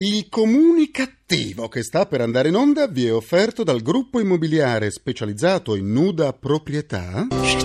Il comunicativo che sta per andare in onda vi è offerto dal gruppo immobiliare specializzato in nuda proprietà.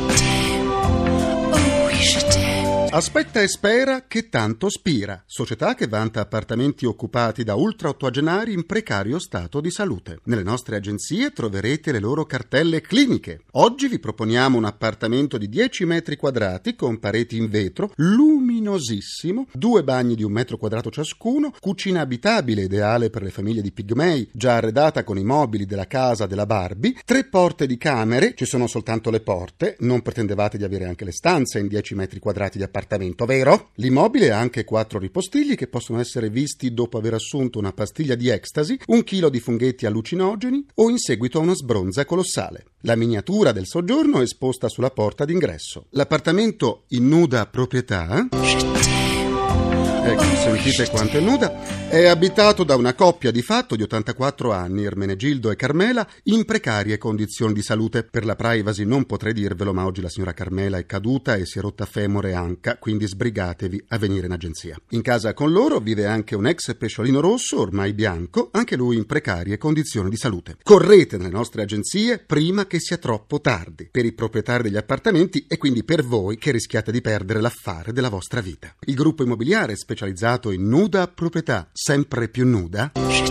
Aspetta e spera che tanto spira, società che vanta appartamenti occupati da ultraottogenari in precario stato di salute. Nelle nostre agenzie troverete le loro cartelle cliniche. Oggi vi proponiamo un appartamento di 10 metri quadrati con pareti in vetro, luminosissimo, 2 bagni di 1 metro quadrato ciascuno, cucina abitabile ideale per le famiglie di pigmei, già arredata con i mobili della casa della Barbie, 3 porte di camere, ci sono soltanto le porte, non pretendevate di avere anche le stanze in 10 metri quadrati di appartamento, vero? L'immobile ha anche 4 ripostigli che possono essere visti dopo aver assunto una pastiglia di ecstasy, 1 chilo di funghetti allucinogeni o in seguito a una sbronza colossale. La miniatura del soggiorno è esposta sulla porta d'ingresso. L'appartamento in nuda proprietà, ecco, sentite quanto è nuda, è abitato da una coppia di fatto di 84 anni, Ermenegildo e Carmela, in precarie condizioni di salute. Per la privacy non potrei dirvelo, ma oggi la signora Carmela è caduta e si è rotta femore e anca, quindi sbrigatevi a venire in agenzia. In casa con loro vive anche un ex pesciolino rosso, ormai bianco, anche lui in precarie condizioni di salute. Correte nelle nostre agenzie prima che sia troppo tardi, per i proprietari degli appartamenti e quindi per voi che rischiate di perdere l'affare della vostra vita. Il gruppo immobiliare specializzato in nuda proprietà, sempre più nuda,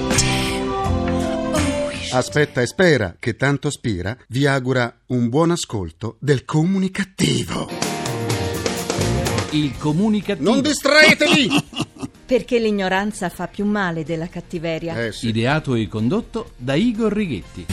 aspetta e spera che tanto spira, vi augura un buon ascolto del comunicativo. Il comunicativo. Non distraetevi! Perché l'ignoranza fa più male della cattiveria. Sì. Ideato e condotto da Igor Righetti.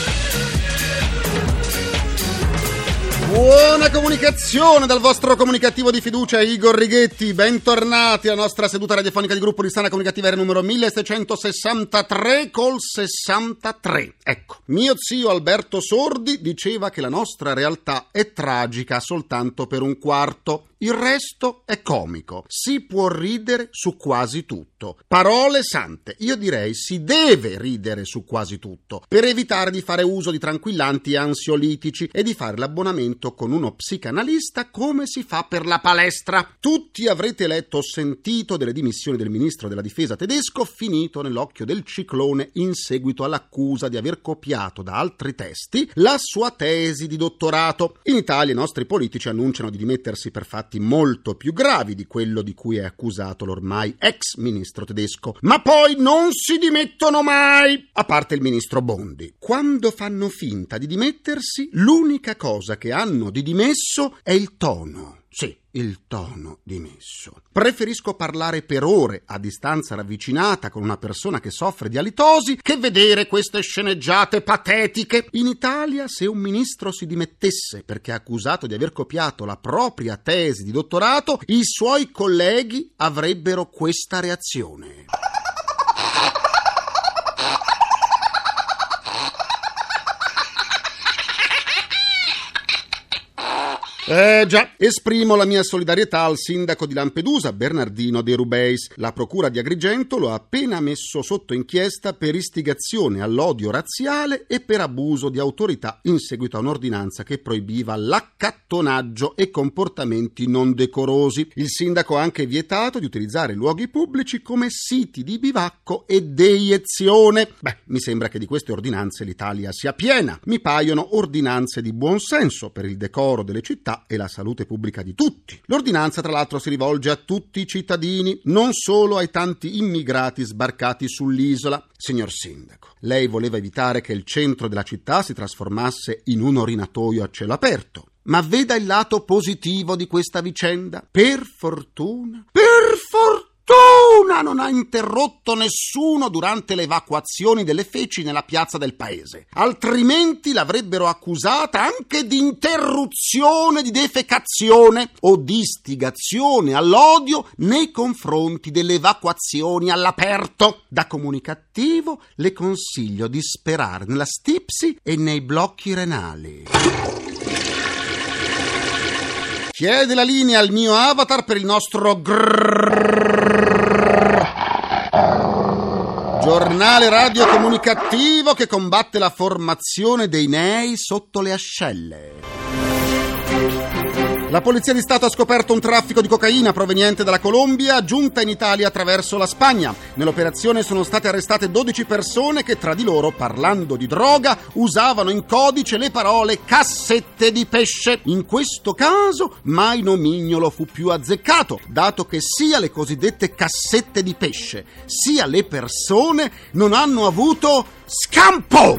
Buona comunicazione dal vostro comunicativo di fiducia Igor Righetti, bentornati alla nostra seduta radiofonica di gruppo di Sana Comunicativa numero 1663 col 63. Ecco, mio zio Alberto Sordi diceva che la nostra realtà è tragica soltanto per un quarto. Il resto è comico, si può ridere su quasi tutto. Parole sante, io direi si deve ridere su quasi tutto, per evitare di fare uso di tranquillanti e ansiolitici e di fare l'abbonamento con uno psicanalista come si fa per la palestra. Tutti avrete letto o sentito delle dimissioni del ministro della difesa tedesco finito nell'occhio del ciclone in seguito all'accusa di aver copiato da altri testi la sua tesi di dottorato. In Italia i nostri politici annunciano di dimettersi per fatti molto più gravi di quello di cui è accusato l'ormai ex ministro tedesco, ma poi non si dimettono mai, a parte il ministro Bondi. Quando fanno finta di dimettersi, l'unica cosa che hanno di dimesso è il tono. Sì, il tono dimesso. Preferisco parlare per ore a distanza ravvicinata con una persona che soffre di alitosi che vedere queste sceneggiate patetiche. In Italia, se un ministro si dimettesse perché è accusato di aver copiato la propria tesi di dottorato, i suoi colleghi avrebbero questa reazione. Già, esprimo la mia solidarietà al sindaco di Lampedusa, Bernardino De Rubeis. La procura di Agrigento lo ha appena messo sotto inchiesta per istigazione all'odio razziale e per abuso di autorità in seguito a un'ordinanza che proibiva l'accattonaggio e comportamenti non decorosi. Il sindaco ha anche vietato di utilizzare luoghi pubblici come siti di bivacco e deiezione. Mi sembra che di queste ordinanze l'Italia sia piena. Mi paiono ordinanze di buon senso per il decoro delle città e la salute pubblica di tutti. L'ordinanza, tra l'altro, si rivolge a tutti i cittadini, non solo ai tanti immigrati sbarcati sull'isola. Signor sindaco, lei voleva evitare che il centro della città si trasformasse in un orinatoio a cielo aperto. Ma veda il lato positivo di questa vicenda. Per fortuna non ha interrotto nessuno durante le evacuazioni delle feci nella piazza del paese. Altrimenti l'avrebbero accusata anche di interruzione di defecazione o di istigazione all'odio nei confronti delle evacuazioni all'aperto. Da comunicativo le consiglio di sperare nella stipsi e nei blocchi renali. Chiede la linea al mio avatar per il nostro giornale radio comunicativo che combatte la formazione dei nei sotto le ascelle. La Polizia di Stato ha scoperto un traffico di cocaina proveniente dalla Colombia, giunta in Italia attraverso la Spagna. Nell'operazione sono state arrestate 12 persone che tra di loro, parlando di droga, usavano in codice le parole cassette di pesce. In questo caso mai nomignolo fu più azzeccato, dato che sia le cosiddette cassette di pesce, sia le persone non hanno avuto scampo!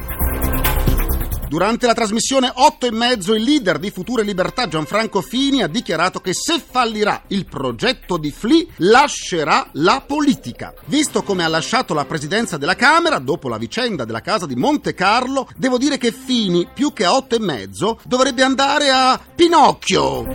Durante la trasmissione 8 e mezzo, il leader di Future Libertà Gianfranco Fini ha dichiarato che se fallirà il progetto di Fli lascerà la politica. Visto come ha lasciato la presidenza della Camera dopo la vicenda della casa di Monte Carlo, devo dire che Fini, più che a 8 e mezzo, dovrebbe andare a Pinocchio.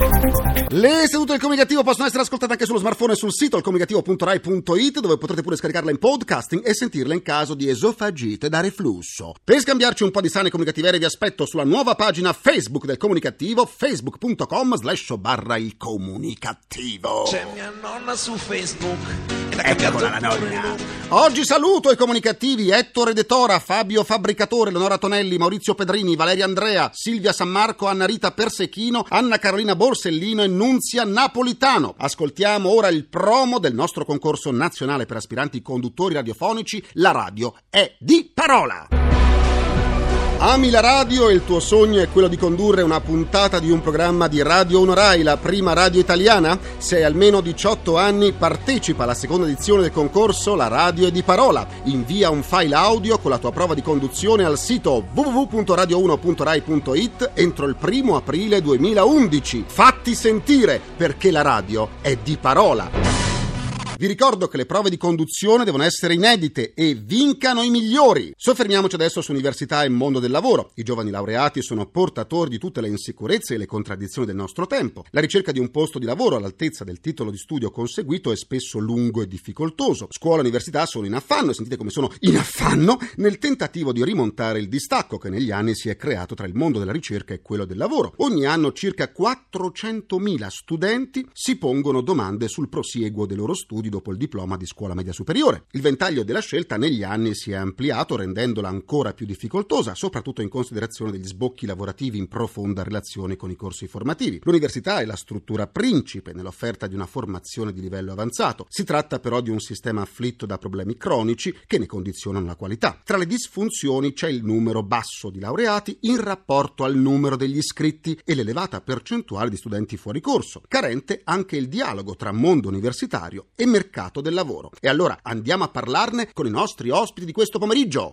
Le sedute del Comunicativo possono essere ascoltate anche sullo smartphone e sul sito alcomunicativo.rai.it, dove potrete pure scaricarla in podcasting e sentirla in caso di esofagite da reflusso. Per scambiarci un po' di sane comunicativerie vi aspetto sulla nuova pagina Facebook del Comunicativo, facebook.com/il Comunicativo. C'è mia nonna su Facebook. Eccola la nonna. Oggi saluto i comunicativi Ettore De Tora, Fabio Fabbricatore, Leonora Tonelli, Maurizio Pedrini, Valeria Andrea, Silvia San Marco, Anna Rita Persechino, Anna Carolina Borsellino e Nunzia Napolitano. Ascoltiamo ora il promo del nostro concorso nazionale per aspiranti conduttori radiofonici. La radio è di parola. Ami la radio e il tuo sogno è quello di condurre una puntata di un programma di Radio 1 Rai, la prima radio italiana? Se hai almeno 18 anni, partecipa alla seconda edizione del concorso La radio è di parola. Invia un file audio con la tua prova di conduzione al sito www.radio1.rai.it entro il 1 aprile 2011. Fatti sentire, perché la radio è di parola. Vi ricordo che le prove di conduzione devono essere inedite e vincano i migliori. Soffermiamoci adesso su università e mondo del lavoro. I giovani laureati sono portatori di tutte le insicurezze e le contraddizioni del nostro tempo. La ricerca di un posto di lavoro all'altezza del titolo di studio conseguito è spesso lungo e difficoltoso. Scuola e università sono in affanno, e sentite come sono in affanno, nel tentativo di rimontare il distacco che negli anni si è creato tra il mondo della ricerca e quello del lavoro. Ogni anno circa 400.000 studenti si pongono domande sul prosieguo dei loro studi dopo il diploma di scuola media superiore. Il ventaglio della scelta negli anni si è ampliato, rendendola ancora più difficoltosa, soprattutto in considerazione degli sbocchi lavorativi in profonda relazione con i corsi formativi. L'università è la struttura principe nell'offerta di una formazione di livello avanzato. Si tratta però di un sistema afflitto da problemi cronici che ne condizionano la qualità. Tra le disfunzioni c'è il numero basso di laureati in rapporto al numero degli iscritti e l'elevata percentuale di studenti fuori corso. Carente anche il dialogo tra mondo universitario e mercato del lavoro. E allora andiamo a parlarne con i nostri ospiti di questo pomeriggio.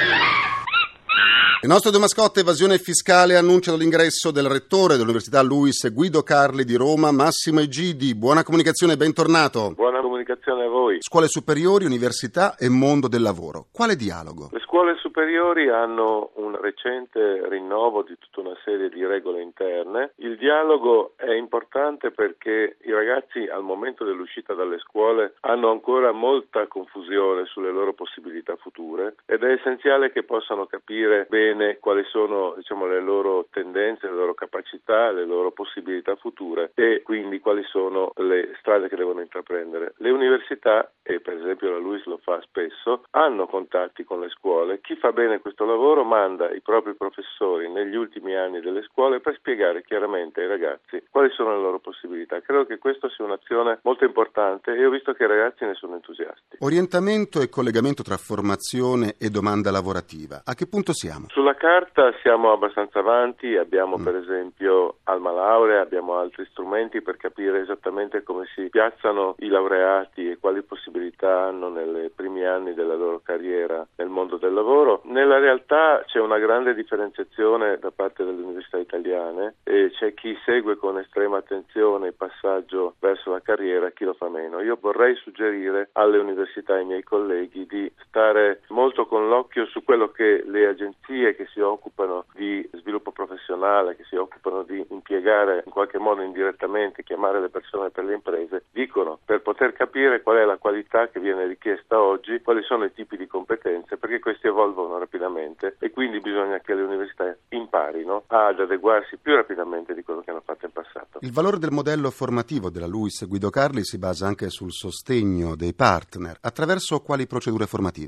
Le nostre due mascotte evasione fiscale annunciano l'ingresso del rettore dell'Università Luis Guido Carli di Roma, Massimo Egidi. Buona comunicazione e bentornato. Buona comunicazione a voi. Scuole superiori, università e mondo del lavoro. Quale dialogo? Le scuole superiori hanno un recente rinnovo di tutta una serie di regole interne. Il dialogo è importante perché i ragazzi al momento dell'uscita dalle scuole hanno ancora molta confusione sulle loro possibilità future ed è essenziale che possano capire bene quali sono, le loro tendenze, le loro capacità, le loro possibilità future e quindi quali sono le strade che devono intraprendere. Le università, e per esempio la LUISS lo fa spesso, hanno contatti con le scuole. Chi fa bene questo lavoro manda i propri professori negli ultimi anni delle scuole per spiegare chiaramente ai ragazzi quali sono le loro possibilità. Credo che questa sia un'azione molto importante e ho visto che i ragazzi ne sono entusiasti. Orientamento e collegamento tra formazione e domanda lavorativa. A che punto siamo? Sulla carta siamo abbastanza avanti, abbiamo per esempio Alma Laurea, abbiamo altri strumenti per capire esattamente come si piazzano i laureati e quali possibilità hanno nei primi anni della loro carriera nel mondo del lavoro. Nella realtà c'è una grande differenziazione da parte delle università italiane e c'è chi segue con estrema attenzione il passaggio verso la carriera e chi lo fa meno. Io vorrei suggerire alle università e ai miei colleghi di stare molto con l'occhio su quello che le agenzie che si occupano di sviluppo professionale, che si occupano di impiegare in qualche modo indirettamente, chiamare le persone per le imprese, dicono per poter capire qual è la qualità che viene richiesta oggi, quali sono i tipi di competenze, perché questi evolvono rapidamente e quindi bisogna che le università imparino ad adeguarsi più rapidamente di quello che hanno fatto in passato. Il valore del modello formativo della LUISS Guido Carli si basa anche sul sostegno dei partner. Attraverso quali procedure formative? Il sostegno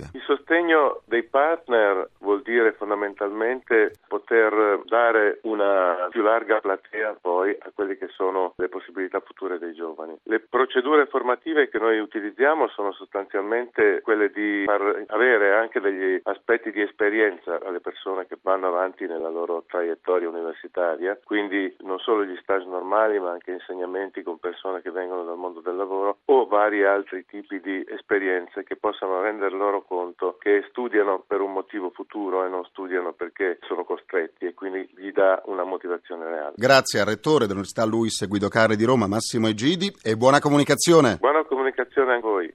sostegno dei partner vuol dire fondamentalmente poter dare una più larga platea poi a quelle che sono le possibilità future dei giovani. Le procedure formative che noi utilizziamo sono sostanzialmente quelle di far avere anche degli aspetti di esperienza alle persone che vanno avanti nella loro traiettoria universitaria, quindi non solo gli stage normali ma anche insegnamenti con persone che vengono dal mondo del lavoro o vari altri tipi di esperienze che possano rendere loro conto che studiano per un motivo futuro e non studiano perché sono costretti, e quindi gli dà una motivazione reale. Grazie al rettore dell'Università Luis Guido Carli di Roma, Massimo Egidi, e buona comunicazione. Buona comunicazione a voi.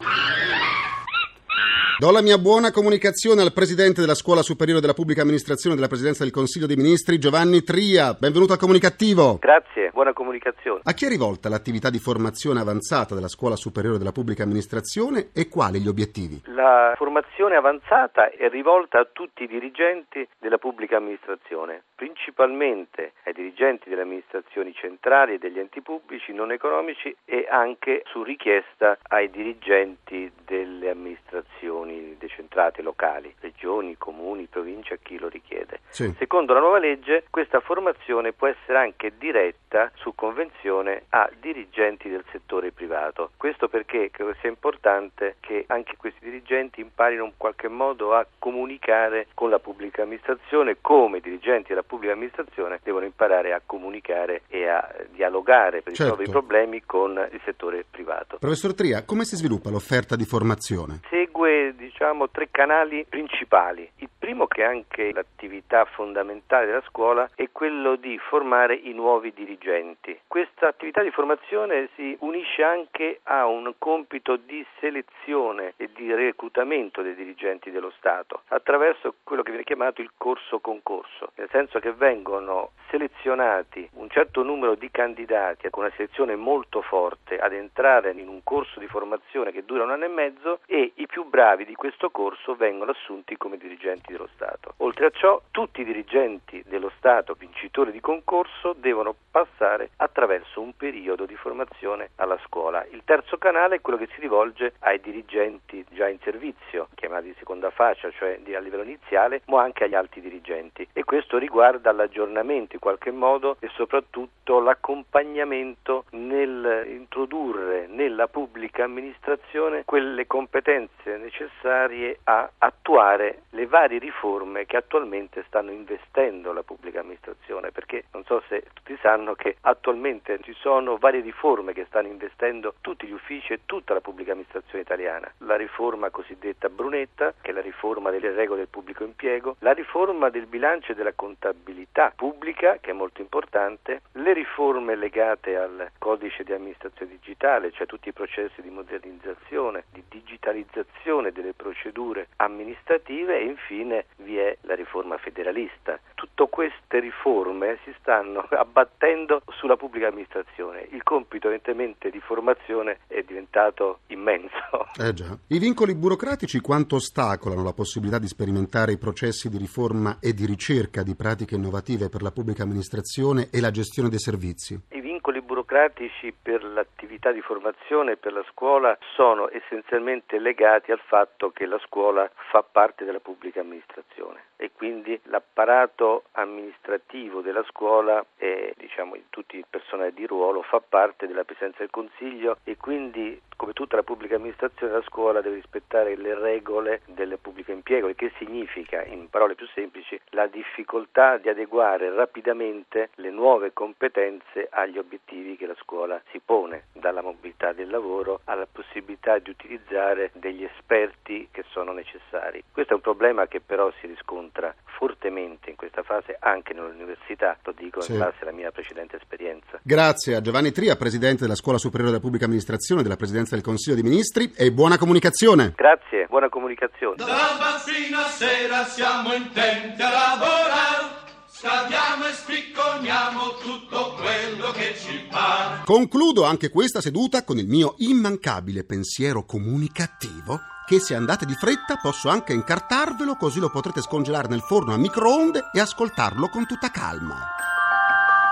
Do la mia buona comunicazione al presidente della Scuola Superiore della Pubblica Amministrazione della Presidenza del Consiglio dei Ministri, Giovanni Tria. Benvenuto al Comunicativo. Grazie, buona comunicazione. A chi è rivolta l'attività di formazione avanzata della Scuola Superiore della Pubblica Amministrazione e quali gli obiettivi? La formazione avanzata è rivolta a tutti i dirigenti della pubblica amministrazione, principalmente ai dirigenti delle amministrazioni centrali e degli enti pubblici non economici e anche su richiesta ai dirigenti delle amministrazioni decentrate locali, regioni, comuni, province, a chi lo richiede. Sì. Secondo la nuova legge, questa formazione può essere anche diretta su convenzione a dirigenti del settore privato. Questo perché credo sia importante che anche questi dirigenti imparino in qualche modo a comunicare con la pubblica amministrazione, come i dirigenti della pubblica amministrazione devono imparare a comunicare e a dialogare per risolvere i problemi con il settore privato. Professor Tria, come si sviluppa l'offerta di formazione? Segue, tre canali principali. Il primo, che è anche l'attività fondamentale della scuola, è quello di formare i nuovi dirigenti. Questa attività di formazione si unisce anche a un compito di selezione e di reclutamento dei dirigenti dello Stato attraverso quello che viene chiamato il corso-concorso, nel senso che vengono selezionati un certo numero di candidati con una selezione molto forte ad entrare in un corso di formazione che dura 1 anno e mezzo, e i più bravi di questo corso vengono assunti come dirigenti dello Stato. Oltre a ciò, tutti i dirigenti dello Stato vincitori di concorso devono passare attraverso un periodo di formazione alla scuola. Il terzo canale è quello che si rivolge ai dirigenti già in servizio, chiamati di seconda fascia, cioè a livello iniziale, ma anche agli alti dirigenti, e questo riguarda l'aggiornamento in qualche modo e soprattutto l'accompagnamento nel introdurre nella pubblica amministrazione quelle competenze necessarie a attuare le varie riforme che attualmente stanno investendo la pubblica amministrazione, perché non so se tutti sanno che attualmente ci sono varie riforme che stanno investendo tutti gli uffici e tutta la pubblica amministrazione italiana. La riforma cosiddetta Brunetta, che è la riforma delle regole del pubblico impiego, la riforma del bilancio e della contabilità pubblica, che è molto importante, le riforme legate al codice di amministrazione digitale, cioè tutti i processi di modernizzazione, di digitalizzazione delle procedure amministrative, e infine vi è la riforma federalista. Tutte queste riforme si stanno abbattendo sulla pubblica amministrazione. Il compito evidentemente di formazione è diventato immenso. Già. I vincoli burocratici quanto ostacolano la possibilità di sperimentare i processi di riforma e di ricerca di pratiche innovative per la pubblica amministrazione e la gestione dei servizi? I vincoli burocratici per l'attività di formazione e per la scuola sono essenzialmente legati al fatto che la scuola fa parte della pubblica amministrazione e quindi l'apparato amministrativo della scuola e tutti il personale di ruolo fa parte della Presidenza del Consiglio, e quindi, come tutta la pubblica amministrazione, la scuola deve rispettare le regole del pubblico impiego, il che significa, in parole più semplici, la difficoltà di adeguare rapidamente le nuove competenze agli obiettivi che la scuola si pone, dalla mobilità del lavoro alla possibilità di utilizzare degli esperti che sono necessari. Questo è un problema che però si riscontra fortemente in questa fase anche nell'università, lo dico in base alla mia precedente esperienza. Grazie a Giovanni Tria, presidente della Scuola Superiore della Pubblica Amministrazione della Presidenza del Consiglio dei Ministri, e buona comunicazione. Grazie, buona comunicazione. Da mattina a sera siamo intenti a lavorare, scaviamo e spricconiamo tutto quello che ci pare. Concludo anche questa seduta con il mio immancabile pensiero comunicativo, che se andate di fretta posso anche incartarvelo, così lo potrete scongelare nel forno a microonde e ascoltarlo con tutta calma.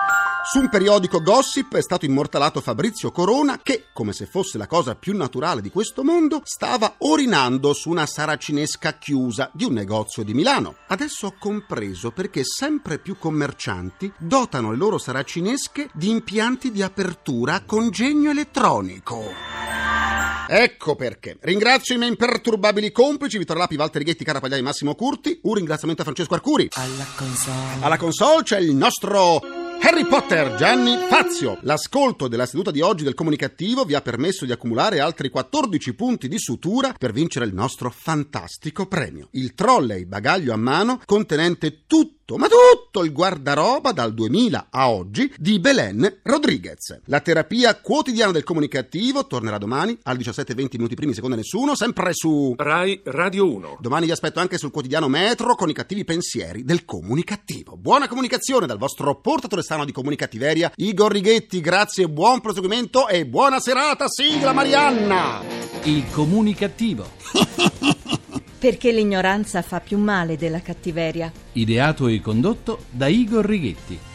Su un periodico gossip è stato immortalato Fabrizio Corona che, come se fosse la cosa più naturale di questo mondo, stava orinando su una saracinesca chiusa di un negozio di Milano. Adesso ho compreso perché sempre più commercianti dotano le loro saracinesche di impianti di apertura a congegno elettronico. Ecco perché. Ringrazio i miei imperturbabili complici Vittorio Lapi, Valtteri Ghetti, Cara Pagliai, Massimo Curti. Un ringraziamento a Francesco Arcuri. Alla console c'è il nostro Harry Potter, Gianni Fazio. L'ascolto della seduta di oggi del Comunicativo vi ha permesso di accumulare altri 14 punti di sutura per vincere il nostro fantastico premio, il trolley bagaglio a mano contenente tutto, ma tutto il guardaroba dal 2000 a oggi di Belen Rodriguez. La terapia quotidiana del Comunicativo tornerà domani alle 17:20 minuti primi, secondo nessuno, sempre su Rai Radio 1. Domani vi aspetto anche sul quotidiano Metro con i cattivi pensieri del Comunicativo. Buona comunicazione dal vostro portatore sano di comunicattiveria, Igor Righetti. Grazie, buon proseguimento e buona serata. Sigla Marianna. Il Comunicativo. Perché l'ignoranza fa più male della cattiveria. Ideato e condotto da Igor Righetti.